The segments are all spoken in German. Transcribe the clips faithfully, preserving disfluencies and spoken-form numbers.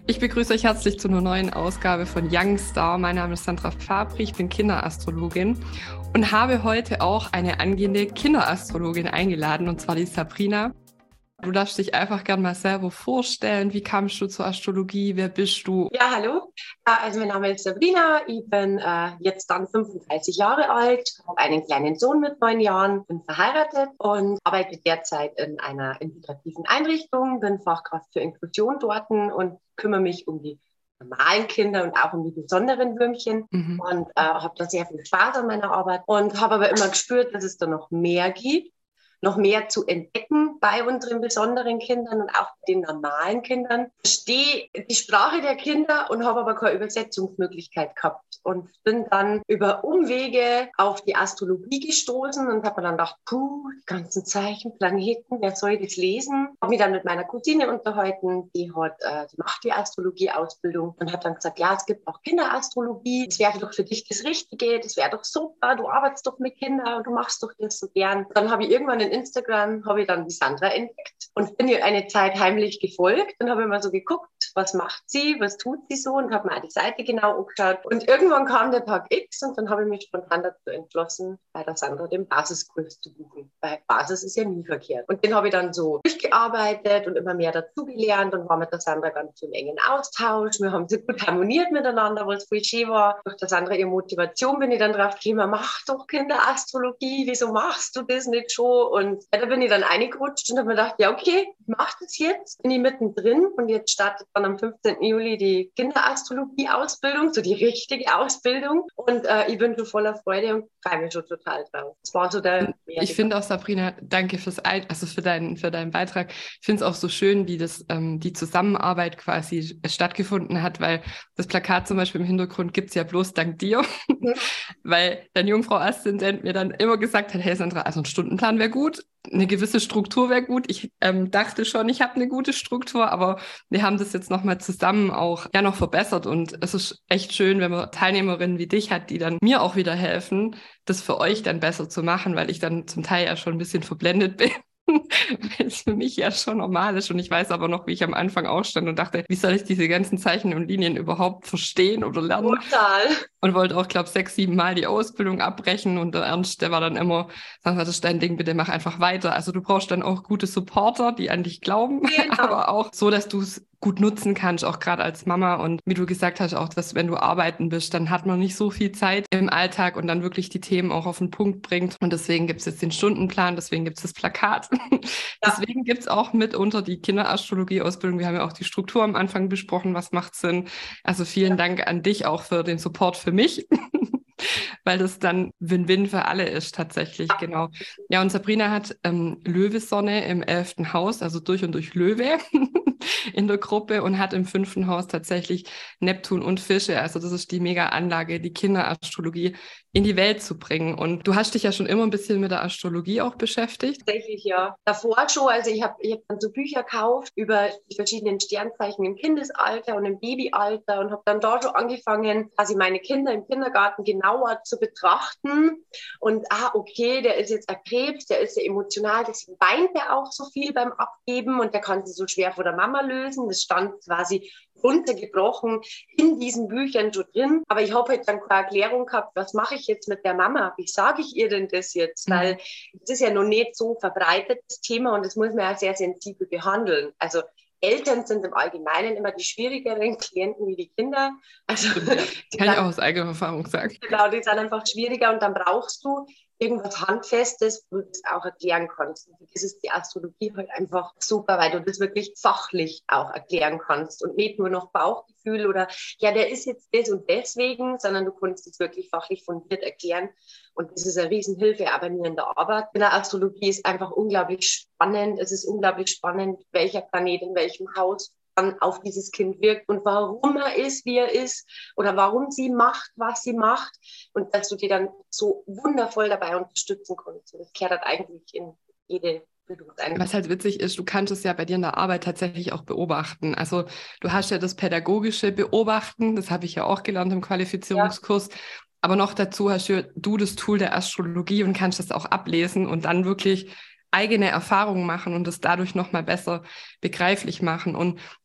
Ich begrüße euch herzlich zu einer neuen Ausgabe von Youngstar. Mein Name ist Sandra Fabri, ich bin Kinderastrologin und habe heute auch eine angehende Kinderastrologin eingeladen, und zwar die Sabrina. Du darfst dich einfach gerne mal selber vorstellen. Wie kamst du zur Astrologie? Wer bist du? Ja, hallo. Also mein Name ist Sabrina. Ich bin äh, jetzt dann fünfunddreißig Jahre alt, habe einen kleinen Sohn mit neun Jahren, bin verheiratet und arbeite derzeit in einer integrativen Einrichtung, bin Fachkraft für Inklusion dort und kümmere mich um die normalen Kinder und auch um die besonderen Würmchen mhm. und äh, habe da sehr viel Spaß an meiner Arbeit und habe aber immer gespürt, dass es da noch mehr gibt. noch mehr zu entdecken bei unseren besonderen Kindern und auch bei den normalen Kindern. Ich verstehe die Sprache der Kinder und habe aber keine Übersetzungsmöglichkeit gehabt und bin dann über Umwege auf die Astrologie gestoßen und habe mir dann gedacht, puh, die ganzen Zeichen, Planeten, wer soll das lesen? Habe mich dann mit meiner Cousine unterhalten, die hat, äh, die macht die Astrologie-Ausbildung und hat dann gesagt, ja, es gibt auch Kinderastrologie, das wäre doch für dich das Richtige, das wäre doch super, du arbeitest doch mit Kindern und du machst doch das so gern. Dann habe ich irgendwann in Instagram habe ich dann die Sandra entdeckt und bin ihr eine Zeit heimlich gefolgt und habe immer so geguckt, was macht sie, was tut sie so und habe mir auch die Seite genau angeschaut. Und irgendwann kam der Tag X und dann habe ich mich spontan dazu entschlossen, bei der Sandra den Basiskurs zu buchen, weil Basis ist ja nie verkehrt. Und den habe ich dann so durchgearbeitet und immer mehr dazugelernt und war mit der Sandra ganz im engen Austausch. Wir haben so gut harmoniert miteinander, was voll schön war. Durch der Sandra ihre Motivation bin ich dann drauf gekommen, mach doch Kinderastrologie, wieso machst du das nicht schon? Und ja, da bin ich dann reingerutscht und habe mir gedacht, ja okay, ich mache das jetzt, bin ich mittendrin und jetzt startet dann am fünfzehnten Juli die Kinderastrologie-Ausbildung, so die richtige Ausbildung und äh, ich bin schon voller Freude und freue mich schon total drauf. Das war so der Ich finde auch, Sabrina, danke fürs Ein- also für deinen für deinen Beitrag. Ich finde es auch so schön, wie das ähm, die Zusammenarbeit quasi stattgefunden hat, weil das Plakat zum Beispiel im Hintergrund gibt es ja bloß dank dir, mhm. weil dein Jungfrau-Aszendent mir dann immer gesagt hat, hey Sandra, also ein Stundenplan wäre gut, eine gewisse Struktur wäre gut. Ich ähm, dachte schon, ich habe eine gute Struktur, aber wir haben das jetzt nochmal zusammen auch ja noch verbessert und es ist echt schön, wenn man Teilnehmerinnen wie dich hat, die dann mir auch wieder helfen, das für euch dann besser zu machen, weil ich dann zum Teil ja schon ein bisschen verblendet bin. Weil es für mich ja schon normal ist und ich weiß aber noch, wie ich am Anfang ausstand und dachte, wie soll ich diese ganzen Zeichen und Linien überhaupt verstehen oder lernen? Total. Und wollte auch, glaube ich, sechs, sieben Mal die Ausbildung abbrechen und der Ernst, der war dann immer, sag mal, das ist dein Ding, bitte mach einfach weiter. Also du brauchst dann auch gute Supporter, die an dich glauben, genau. aber auch so, dass du es gut nutzen kannst, auch gerade als Mama. Und wie du gesagt hast, auch, dass wenn du arbeiten bist, dann hat man nicht so viel Zeit im Alltag und dann wirklich die Themen auch auf den Punkt bringt. Und deswegen gibt es jetzt den Stundenplan, deswegen gibt es das Plakat. Ja. Deswegen gibt es auch mitunter die Kinderastrologie-Ausbildung. Wir haben ja auch die Struktur am Anfang besprochen, was macht Sinn. Also vielen ja. Dank an dich auch für den Support für mich. Weil das dann Win-Win für alle ist tatsächlich, genau. Ja, und Sabrina hat ähm, Löwesonne im elften Haus, also durch und durch Löwe in der Gruppe und hat im fünften Haus tatsächlich Neptun und Fische. Also das ist die Mega-Anlage, die Kinderastrologie in die Welt zu bringen. Und du hast dich ja schon immer ein bisschen mit der Astrologie auch beschäftigt. Tatsächlich, ja. Davor schon, also ich habe ich hab dann so Bücher gekauft über die verschiedenen Sternzeichen im Kindesalter und im Babyalter und habe dann da schon angefangen, quasi meine Kinder im Kindergarten genauer zu betrachten. Und ah, okay, der ist jetzt ein Krebs, der ist sehr emotional, deswegen weint er auch so viel beim Abgeben und der kann sich so schwer vor der Mama lösen. Das stand quasi runtergebrochen in diesen Büchern schon drin. Aber ich habe halt dann keine Erklärung gehabt, was mache ich jetzt mit der Mama? Wie sage ich ihr denn das jetzt? Mhm. Weil es ist ja noch nicht so verbreitet, das Thema, und das muss man ja sehr sensibel behandeln. Also Eltern sind im Allgemeinen immer die schwierigeren Klienten wie die Kinder. Also, Kann ich auch aus eigener Erfahrung sagen. Genau, die sind einfach schwieriger und dann brauchst du irgendwas Handfestes, wo du das auch erklären kannst. Und das ist die Astrologie halt einfach super, weil du das wirklich fachlich auch erklären kannst und nicht nur noch Bauchgefühl oder ja, der ist jetzt das und deswegen, sondern du kannst es wirklich fachlich fundiert erklären. Und das ist eine Riesenhilfe auch bei mir in der Arbeit. In der Astrologie ist einfach unglaublich spannend. Es ist unglaublich spannend, welcher Planet in welchem Haus auf dieses Kind wirkt und warum er ist, wie er ist oder warum sie macht, was sie macht und dass du die dann so wundervoll dabei unterstützen kannst. Und das kehrt halt eigentlich in jede Bildungseinrichtung. Was halt witzig ist, du kannst es ja bei dir in der Arbeit tatsächlich auch beobachten. Also du hast ja das pädagogische Beobachten, das habe ich ja auch gelernt im Qualifizierungskurs, ja. Aber noch dazu hast du das Tool der Astrologie und kannst das auch ablesen und dann wirklich eigene Erfahrungen machen und es dadurch nochmal besser begreiflich machen. Und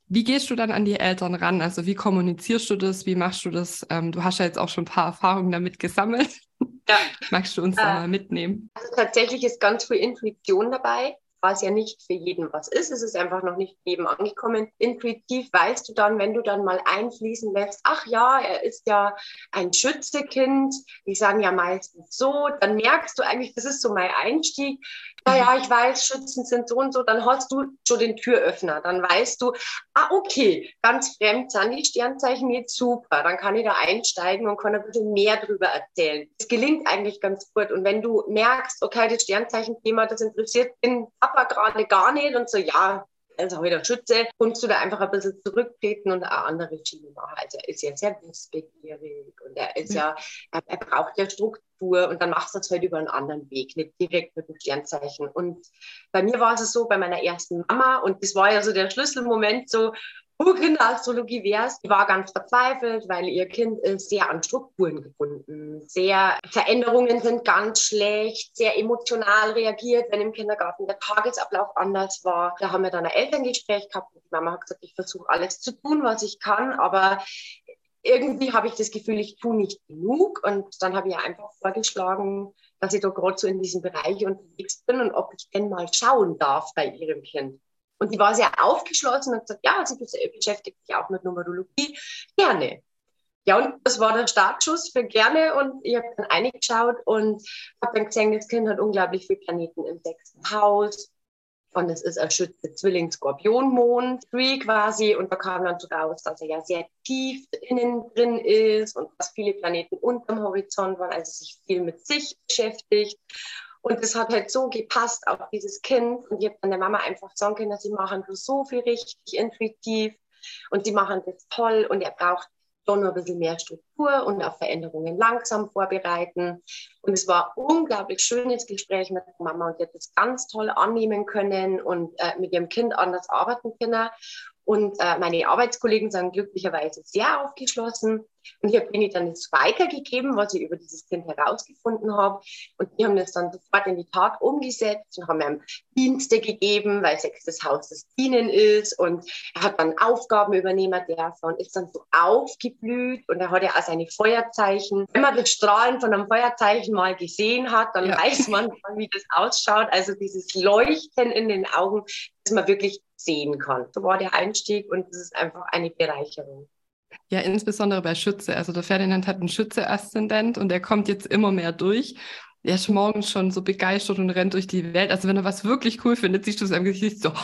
Wie gehst du dann an die Eltern ran? Also wie kommunizierst du das? Wie machst du das? Ähm, du hast ja jetzt auch schon ein paar Erfahrungen damit gesammelt. Ja. Magst du uns äh, da mal mitnehmen? Also tatsächlich ist ganz viel Intuition dabei, was ja nicht für jeden was ist. Es ist einfach noch nicht für jedem angekommen. Intuitiv weißt du dann, wenn du dann mal einfließen lässt, ach ja, er ist ja ein Schützekind. Die sagen ja meistens so. Dann merkst du eigentlich, das ist so mein Einstieg. Naja, ich weiß, Schützen sind so und so. Dann hast du schon den Türöffner. Dann weißt du, ah, okay, ganz fremd sind die Sternzeichen jetzt super. Dann kann ich da einsteigen und kann ein bisschen mehr drüber erzählen. Es gelingt eigentlich ganz gut. Und wenn du merkst, okay, das Sternzeichen-Thema, das interessiert den Papa gerade gar nicht und so, ja, also wieder Schütze, kannst du da einfach ein bisschen zurücktreten und eine andere Schiene machen. Also er ist ja sehr wissbegierig und er ist ja, er, er braucht ja Struktur und dann machst du das halt über einen anderen Weg, nicht direkt mit dem Sternzeichen. Und bei mir war es so, bei meiner ersten Mama, und das war ja so der Schlüsselmoment, so, oh, Kinderastrologie wär's. Die war ganz verzweifelt, weil ihr Kind ist sehr an Strukturen gebunden. Sehr, Veränderungen sind ganz schlecht, sehr emotional reagiert, wenn im Kindergarten der Tagesablauf anders war. Da haben wir dann ein Elterngespräch gehabt und die Mama hat gesagt, ich versuche alles zu tun, was ich kann, aber irgendwie habe ich das Gefühl, ich tue nicht genug. Und dann habe ich einfach vorgeschlagen, dass ich da gerade so in diesem Bereich unterwegs bin und ob ich denn mal schauen darf bei ihrem Kind. Und die war sehr aufgeschlossen und hat gesagt, ja, sie beschäftigt sich auch mit Numerologie. Gerne. Ja, und das war der Startschuss für gerne. Und ich habe dann eingeschaut und habe dann gesehen, das Kind hat unglaublich viele Planeten im sechsten Haus. Und es ist ein Schütze Zwilling-Skorpion-Mond, Three quasi. Und da kam dann so raus, dass er ja sehr tief innen drin ist und dass viele Planeten unterm Horizont waren, also sich viel mit sich beschäftigt. Und das hat halt so gepasst auf dieses Kind. Und ich habe dann der Mama einfach sagen können, sie machen so viel richtig intuitiv und sie machen das toll und er braucht schon noch ein bisschen mehr Struktur und auf Veränderungen langsam vorbereiten. Und es war ein unglaublich schönes Gespräch mit der Mama und die hat das ganz toll annehmen können und äh, mit ihrem Kind anders arbeiten können. Und äh, meine Arbeitskollegen sind glücklicherweise sehr aufgeschlossen. Und ich habe ihnen dann das weitergegeben, was ich über dieses Kind herausgefunden habe. Und die haben das dann sofort in die Tat umgesetzt und haben ihm Dienste gegeben, weil sechstes Haus das Dienen ist. Und er hat dann Aufgaben übernehmen dürfen und ist dann so aufgeblüht. Und er hat ja auch seine Feuerzeichen. Wenn man das Strahlen von einem Feuerzeichen mal gesehen hat, dann ja. weiß man, wie das ausschaut. Also dieses Leuchten in den Augen, das man wirklich sehen kann. So war der Einstieg und das ist einfach eine Bereicherung. Ja, insbesondere bei Schütze. Also der Ferdinand hat einen Schütze-Aszendent und der kommt jetzt immer mehr durch. Er ist morgens schon so begeistert und rennt durch die Welt. Also wenn er was wirklich cool findet, siehst du es am Gesicht so.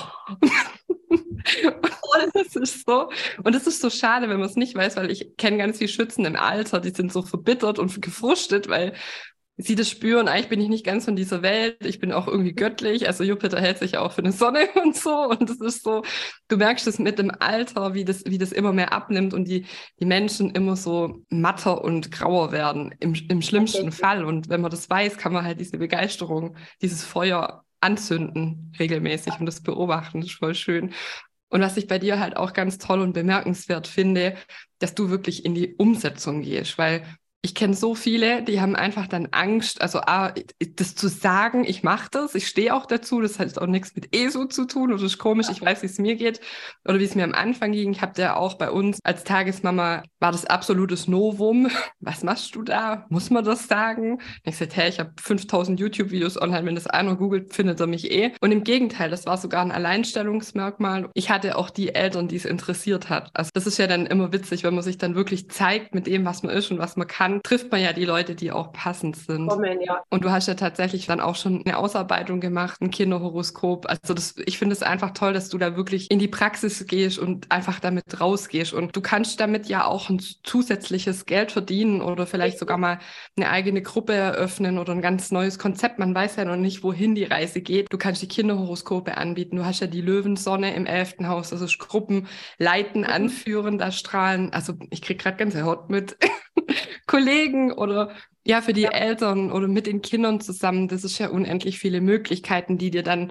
Und das ist so. Und es ist so schade, wenn man es nicht weiß, weil ich kenne ganz viele Schützen im Alter, die sind so verbittert und gefrustet, weil sie das spüren, eigentlich bin ich nicht ganz von dieser Welt, ich bin auch irgendwie göttlich, also Jupiter hält sich ja auch für eine Sonne und so und es ist so, du merkst es mit dem Alter, wie das, wie das immer mehr abnimmt und die, die Menschen immer so matter und grauer werden, im, im schlimmsten okay. Fall, und wenn man das weiß, kann man halt diese Begeisterung, dieses Feuer anzünden regelmäßig und das beobachten, das ist voll schön. Und was ich bei dir halt auch ganz toll und bemerkenswert finde, dass du wirklich in die Umsetzung gehst, weil ich kenne so viele, die haben einfach dann Angst, also ah, das zu sagen, ich mache das, ich stehe auch dazu, das hat auch nichts mit E S O zu tun, oder ist komisch, ich weiß, wie es mir geht oder wie es mir am Anfang ging. Ich habe ja auch bei uns als Tagesmama, war das absolutes Novum. Was machst du da? Muss man das sagen? Und ich sagte, hey, ich habe fünftausend YouTube-Videos online, wenn das einer googelt, findet er mich eh. Und im Gegenteil, das war sogar ein Alleinstellungsmerkmal. Ich hatte auch die Eltern, die es interessiert hat. Also das ist ja dann immer witzig, wenn man sich dann wirklich zeigt mit dem, was man ist und was man kann, trifft man ja die Leute, die auch passend sind. Kommen, ja. Und du hast ja tatsächlich dann auch schon eine Ausarbeitung gemacht, ein Kinderhoroskop. Also das, ich finde es einfach toll, dass du da wirklich in die Praxis gehst und einfach damit rausgehst. Und du kannst damit ja auch ein zusätzliches Geld verdienen oder vielleicht sogar mal eine eigene Gruppe eröffnen oder ein ganz neues Konzept. Man weiß ja noch nicht, wohin die Reise geht. Du kannst die Kinderhoroskope anbieten. Du hast ja die Löwensonne im elften Haus. Das ist Gruppen leiten, anführen, da strahlen. Also ich kriege gerade ganze Haut mit Kollegen oder ja, für die ja. Eltern oder mit den Kindern zusammen. Das ist ja unendlich viele Möglichkeiten, die dir dann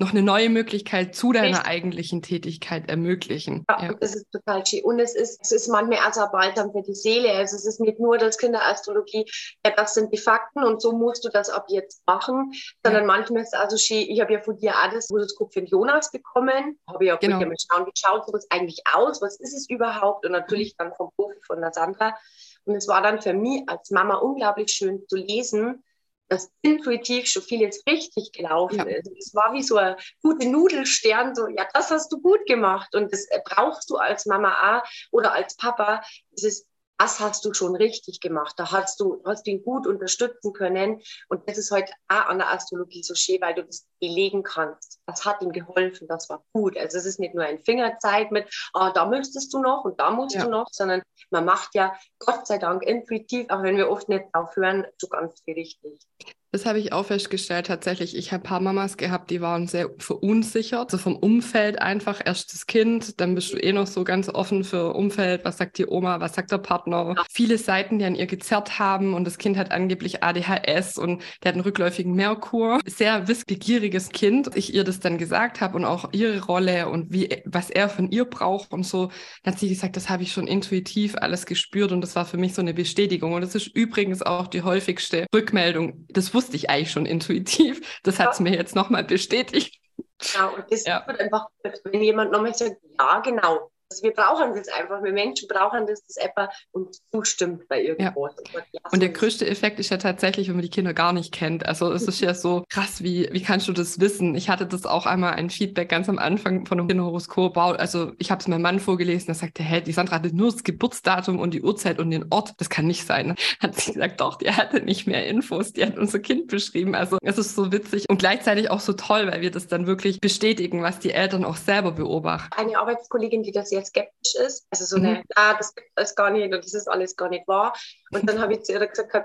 noch eine neue Möglichkeit zu deiner Richtig. eigentlichen Tätigkeit ermöglichen. Ja, Ja. das ist total schön. Und es ist, es ist manchmal auch so ein Balsam für die Seele. Also es ist nicht nur das Kinderastrologie, ja, das sind die Fakten und so musst du das ab jetzt machen, sondern ja. manchmal ist es also schön, ich habe ja von dir auch das Horoskop für den Jonas bekommen, habe ich ja genau. mal schauen, wie schaut sowas eigentlich aus, was ist es überhaupt, und natürlich dann vom Profi von der Sandra. Und es war dann für mich als Mama unglaublich schön zu lesen, dass intuitiv schon vieles richtig gelaufen ja. ist. Es war wie so ein guter Nudelstern, so, ja, das hast du gut gemacht. Und das brauchst du als Mama auch oder als Papa, dieses, das hast du schon richtig gemacht. Da hast du, hast du ihn gut unterstützen können. Und das ist heute auch an der Astrologie so schön, weil du das belegen kannst. Das hat ihm geholfen, das war gut. Also es ist nicht nur ein Fingerzeig mit, ah, da müsstest du noch und da musst ja. du noch, sondern man macht ja Gott sei Dank intuitiv, auch wenn wir oft nicht drauf hören, so ganz viel richtig. Das habe ich auch festgestellt, tatsächlich. Ich habe ein paar Mamas gehabt, die waren sehr verunsichert, so vom Umfeld einfach. Erstes Kind, dann bist du eh noch so ganz offen für Umfeld. Was sagt die Oma, was sagt der Partner? Ja. Viele Seiten, die an ihr gezerrt haben, und das Kind hat angeblich A D H S und der hat einen rückläufigen Merkur. Sehr wissbegieriges Kind. Ich ihr das dann gesagt habe und auch ihre Rolle und wie, was er von ihr braucht und so, dann hat sie gesagt, das habe ich schon intuitiv alles gespürt, und das war für mich so eine Bestätigung. Und das ist übrigens auch die häufigste Rückmeldung. Das wusste ich eigentlich schon intuitiv. Das hat es ja. mir jetzt nochmal bestätigt. Genau, und das ja. wird einfach, wenn jemand nochmal sagt, ja, genau. Also wir brauchen das einfach, wir Menschen brauchen das, das etwa und zustimmt bei irgendwo. Ja. Und der größte Effekt ist ja tatsächlich, wenn man die Kinder gar nicht kennt. Also es ist ja so krass, wie, wie kannst du das wissen? Ich hatte das auch einmal ein Feedback ganz am Anfang von einem Kinderhoroskop. Also ich habe es meinem Mann vorgelesen, der sagte, hä, die Sandra hatte nur das Geburtsdatum und die Uhrzeit und den Ort. Das kann nicht sein. Hat sie gesagt, doch, die hatte nicht mehr Infos. Die hat unser Kind beschrieben. Also es ist so witzig und gleichzeitig auch so toll, weil wir das dann wirklich bestätigen, was die Eltern auch selber beobachten. Eine Arbeitskollegin, die das sehr skeptisch ist, also so eine, mhm. ah, das ist gar nicht, das ist alles gar nicht wahr. Und dann habe ich zu ihr gesagt,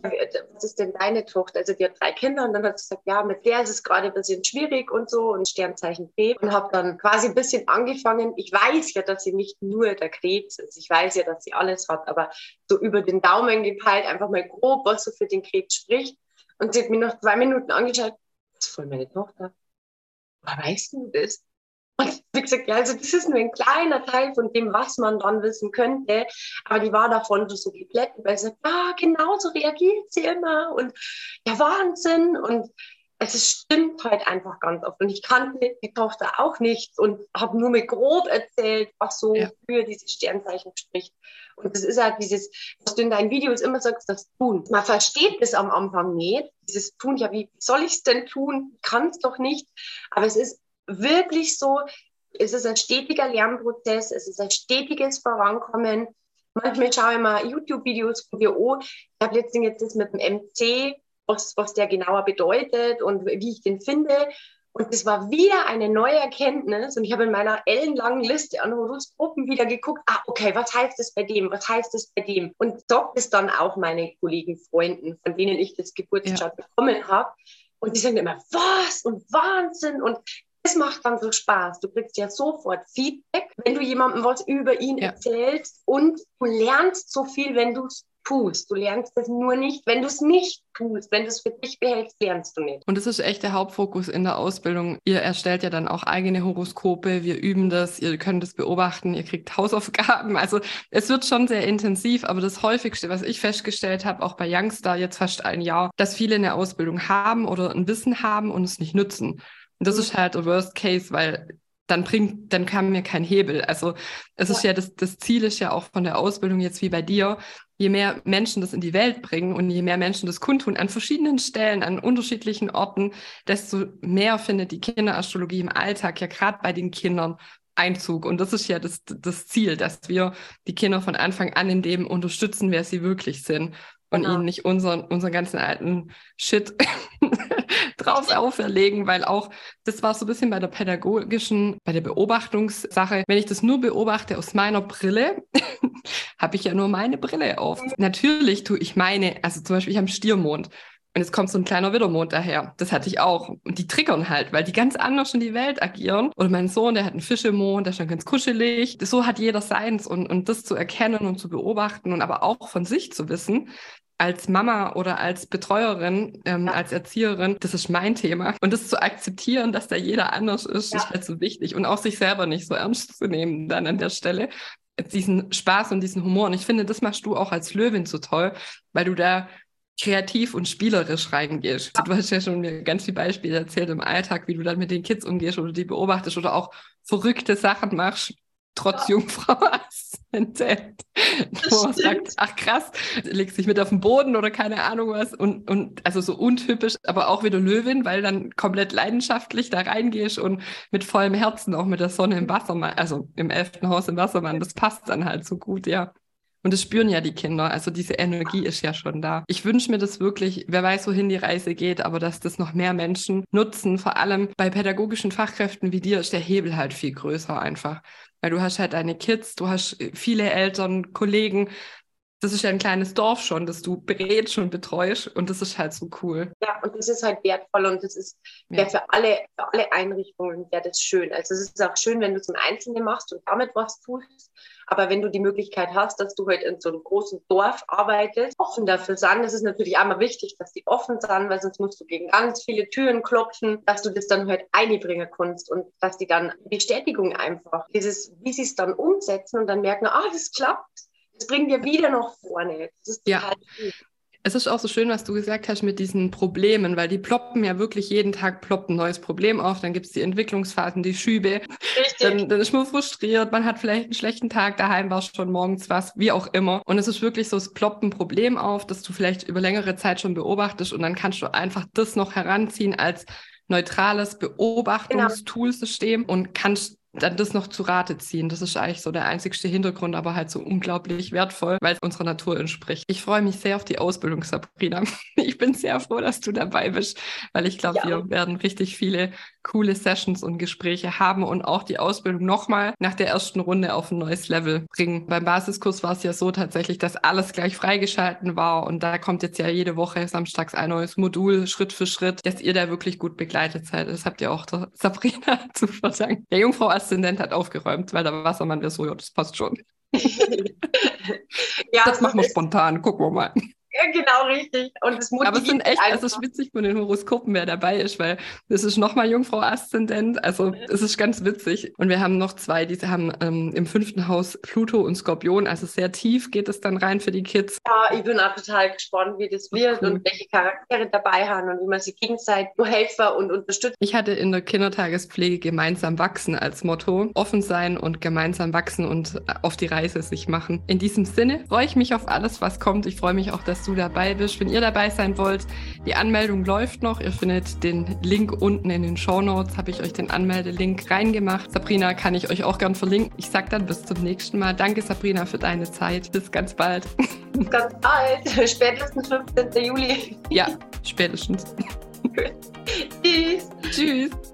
was ist denn deine Tochter? Also die hat drei Kinder, und dann hat sie gesagt, ja, mit der ist es gerade ein bisschen schwierig und so, und Sternzeichen Krebs, und habe dann quasi ein bisschen angefangen. Ich weiß ja, dass sie nicht nur der Krebs ist, ich weiß ja, dass sie alles hat, aber so über den Daumen gepeilt, einfach mal grob, was so für den Krebs spricht. Und sie hat mir nach zwei Minuten angeschaut, das ist voll meine Tochter. Woher weißt du das? Und wie gesagt, ja, also das ist nur ein kleiner Teil von dem, was man dann wissen könnte. Aber die war davon so geplättet, weil sie sagt, ah, genau so reagiert sie immer. Und ja, Wahnsinn. Und es ist, stimmt halt einfach ganz oft. Und ich kannte die Tochter auch nicht und habe nur mit grob erzählt, was so ja. für diese Sternzeichen spricht. Und das ist halt dieses, was du in deinen Videos immer sagst, das Tun. Man versteht das am Anfang nicht. Dieses Tun, ja, wie soll ich es denn tun? Ich kann es doch nicht. Aber es ist wirklich so, es ist ein stetiger Lernprozess, es ist ein stetiges Vorankommen. Manchmal schaue ich mal YouTube-Videos von dir an. Ich habe letztens jetzt das mit dem M C, was, was der genauer bedeutet und wie ich den finde. Und das war wieder eine neue Erkenntnis. Und ich habe in meiner ellenlangen Liste an Horoskopen wieder geguckt, ah, okay, was heißt das bei dem, was heißt das bei dem? Und sagt es dann auch meine Kollegen, Freunden, von denen ich das Geburtstag ja. bekommen habe. Und die sagen immer, was und Wahnsinn. Und es macht dann so Spaß. Du kriegst ja sofort Feedback, wenn du jemandem was über ihn ja. erzählst, und du lernst so viel, wenn du es tust. Du lernst es nur nicht, wenn du es nicht tust. Wenn du es für dich behältst, lernst du nicht. Und das ist echt der Hauptfokus in der Ausbildung. Ihr erstellt ja dann auch eigene Horoskope, wir üben das, ihr könnt es beobachten, ihr kriegt Hausaufgaben. Also es wird schon sehr intensiv, aber das häufigste, was ich festgestellt habe, auch bei Youngstar jetzt fast ein Jahr, dass viele eine Ausbildung haben oder ein Wissen haben und es nicht nützen. Und das ist halt der Worst Case, weil dann bringt, dann kam mir kein Hebel. Also es ja. ist ja, das, das Ziel ist ja auch von der Ausbildung jetzt wie bei dir, je mehr Menschen das in die Welt bringen und je mehr Menschen das kundtun an verschiedenen Stellen, an unterschiedlichen Orten, desto mehr findet die Kinderastrologie im Alltag ja gerade bei den Kindern Einzug. Und das ist ja das, das Ziel, dass wir die Kinder von Anfang an in dem unterstützen, wer sie wirklich sind. Und genau. ihnen nicht unseren, unseren ganzen alten Shit drauf auferlegen, weil auch, das war so ein bisschen bei der pädagogischen, bei der Beobachtungssache, wenn ich das nur beobachte aus meiner Brille, habe ich ja nur meine Brille auf. Natürlich tue ich meine, also zum Beispiel ich habe einen Stiermond und jetzt kommt so ein kleiner Widdermond daher. Das hatte ich auch. Und die triggern halt, weil die ganz anders in die Welt agieren. Und mein Sohn, der hat einen Fischemond, der ist schon ganz kuschelig. So hat jeder seins. Und, und das zu erkennen und zu beobachten und aber auch von sich zu wissen, als Mama oder als Betreuerin, ähm, ja. als Erzieherin, das ist mein Thema. Und das zu akzeptieren, dass da jeder anders ist, ja. ist halt so wichtig. Und auch sich selber nicht so ernst zu nehmen dann an der Stelle. Diesen Spaß und diesen Humor. Und ich finde, das machst du auch als Löwin so toll, weil du da kreativ und spielerisch reingehst. Ja. Du hast ja schon mir ganz viele Beispiele erzählt im Alltag, wie du dann mit den Kids umgehst oder die beobachtest oder auch verrückte Sachen machst, trotz ja. Jungfrau Aszendenz, wo man sagt, ach krass, legst dich mit auf den Boden oder keine Ahnung was und, und also so untypisch, aber auch wieder Löwin, weil dann komplett leidenschaftlich da reingehst und mit vollem Herzen, auch mit der Sonne im Wassermann, also im elften Haus im Wassermann, das passt dann halt so gut, ja. Und das spüren ja die Kinder, also diese Energie ist ja schon da. Ich wünsche mir das wirklich, wer weiß, wohin die Reise geht, aber dass das noch mehr Menschen nutzen, vor allem bei pädagogischen Fachkräften wie dir ist der Hebel halt viel größer einfach. Weil du hast halt deine Kids, du hast viele Eltern, Kollegen. Das ist ja ein kleines Dorf schon, das du berätst und betreust und das ist halt so cool. Ja, und das ist halt wertvoll und das ist ja. für alle, für alle Einrichtungen wäre das schön. Also es ist auch schön, wenn du es im Einzelnen machst und damit was tust, aber wenn du die Möglichkeit hast, dass du halt in so einem großen Dorf arbeitest, offen dafür sein, das ist natürlich auch mal wichtig, dass die offen sind, weil sonst musst du gegen ganz viele Türen klopfen, dass du das dann halt einbringen kannst und dass die dann Bestätigung einfach, dieses, wie sie es dann umsetzen und dann merken, ah, das klappt. Das bringen wir wieder nach vorne. Das ist total ja. Gut. Es ist auch so schön, was du gesagt hast mit diesen Problemen, weil die ploppen ja wirklich jeden Tag ploppt ein neues Problem auf. Dann gibt es die Entwicklungsphasen, die Schübe. Richtig. Dann, dann ist man frustriert, man hat vielleicht einen schlechten Tag, daheim war schon morgens was, wie auch immer. Und es ist wirklich so, es ploppt ein Problem auf, das du vielleicht über längere Zeit schon beobachtest und dann kannst du einfach das noch heranziehen als neutrales Beobachtungstoolsystem genau. und kannst dann das noch zu Rate ziehen. Das ist eigentlich so der einzigste Hintergrund, aber halt so unglaublich wertvoll, weil es unserer Natur entspricht. Ich freue mich sehr auf die Ausbildung, Sabrina. Ich bin sehr froh, dass du dabei bist, weil ich glaube, ja. wir werden richtig viele coole Sessions und Gespräche haben und auch die Ausbildung nochmal nach der ersten Runde auf ein neues Level bringen. Beim Basiskurs war es ja so tatsächlich, dass alles gleich freigeschalten war und da kommt jetzt ja jede Woche samstags ein neues Modul, Schritt für Schritt, dass ihr da wirklich gut begleitet seid. Das habt ihr auch der Sabrina zu verdanken. Der Jungfrau Aszendent hat aufgeräumt, weil der Wassermann wäre so, ja, das passt schon. ja, das machen wir spontan, gucken wir mal. Ja, genau, richtig. Und es Aber es sind echt, es ist witzig von den Horoskopen, wer dabei ist, weil das ist nochmal Jungfrau Aszendent, also es ist ganz witzig. Und wir haben noch zwei, die haben ähm, im fünften Haus Pluto und Skorpion, also sehr tief geht es dann rein für die Kids. Ja, ich bin auch total gespannt, wie das wird cool. und welche Charaktere dabei haben und wie man sich gegenseitig nur helfen und unterstützen. Ich hatte in der Kindertagespflege gemeinsam wachsen als Motto, offen sein und gemeinsam wachsen und auf die Reise sich machen. In diesem Sinne freue ich mich auf alles, was kommt. Ich freue mich auch, dass du dabei bist. Wenn ihr dabei sein wollt, die Anmeldung läuft noch. Ihr findet den Link unten in den Shownotes. Habe ich euch den Anmeldelink reingemacht. Sabrina kann ich euch auch gern verlinken. Ich sage dann bis zum nächsten Mal. Danke, Sabrina, für deine Zeit. Bis ganz bald. Ganz bald. Spätestens fünfzehnten Juli. Ja, spätestens. Tschüss. Tschüss.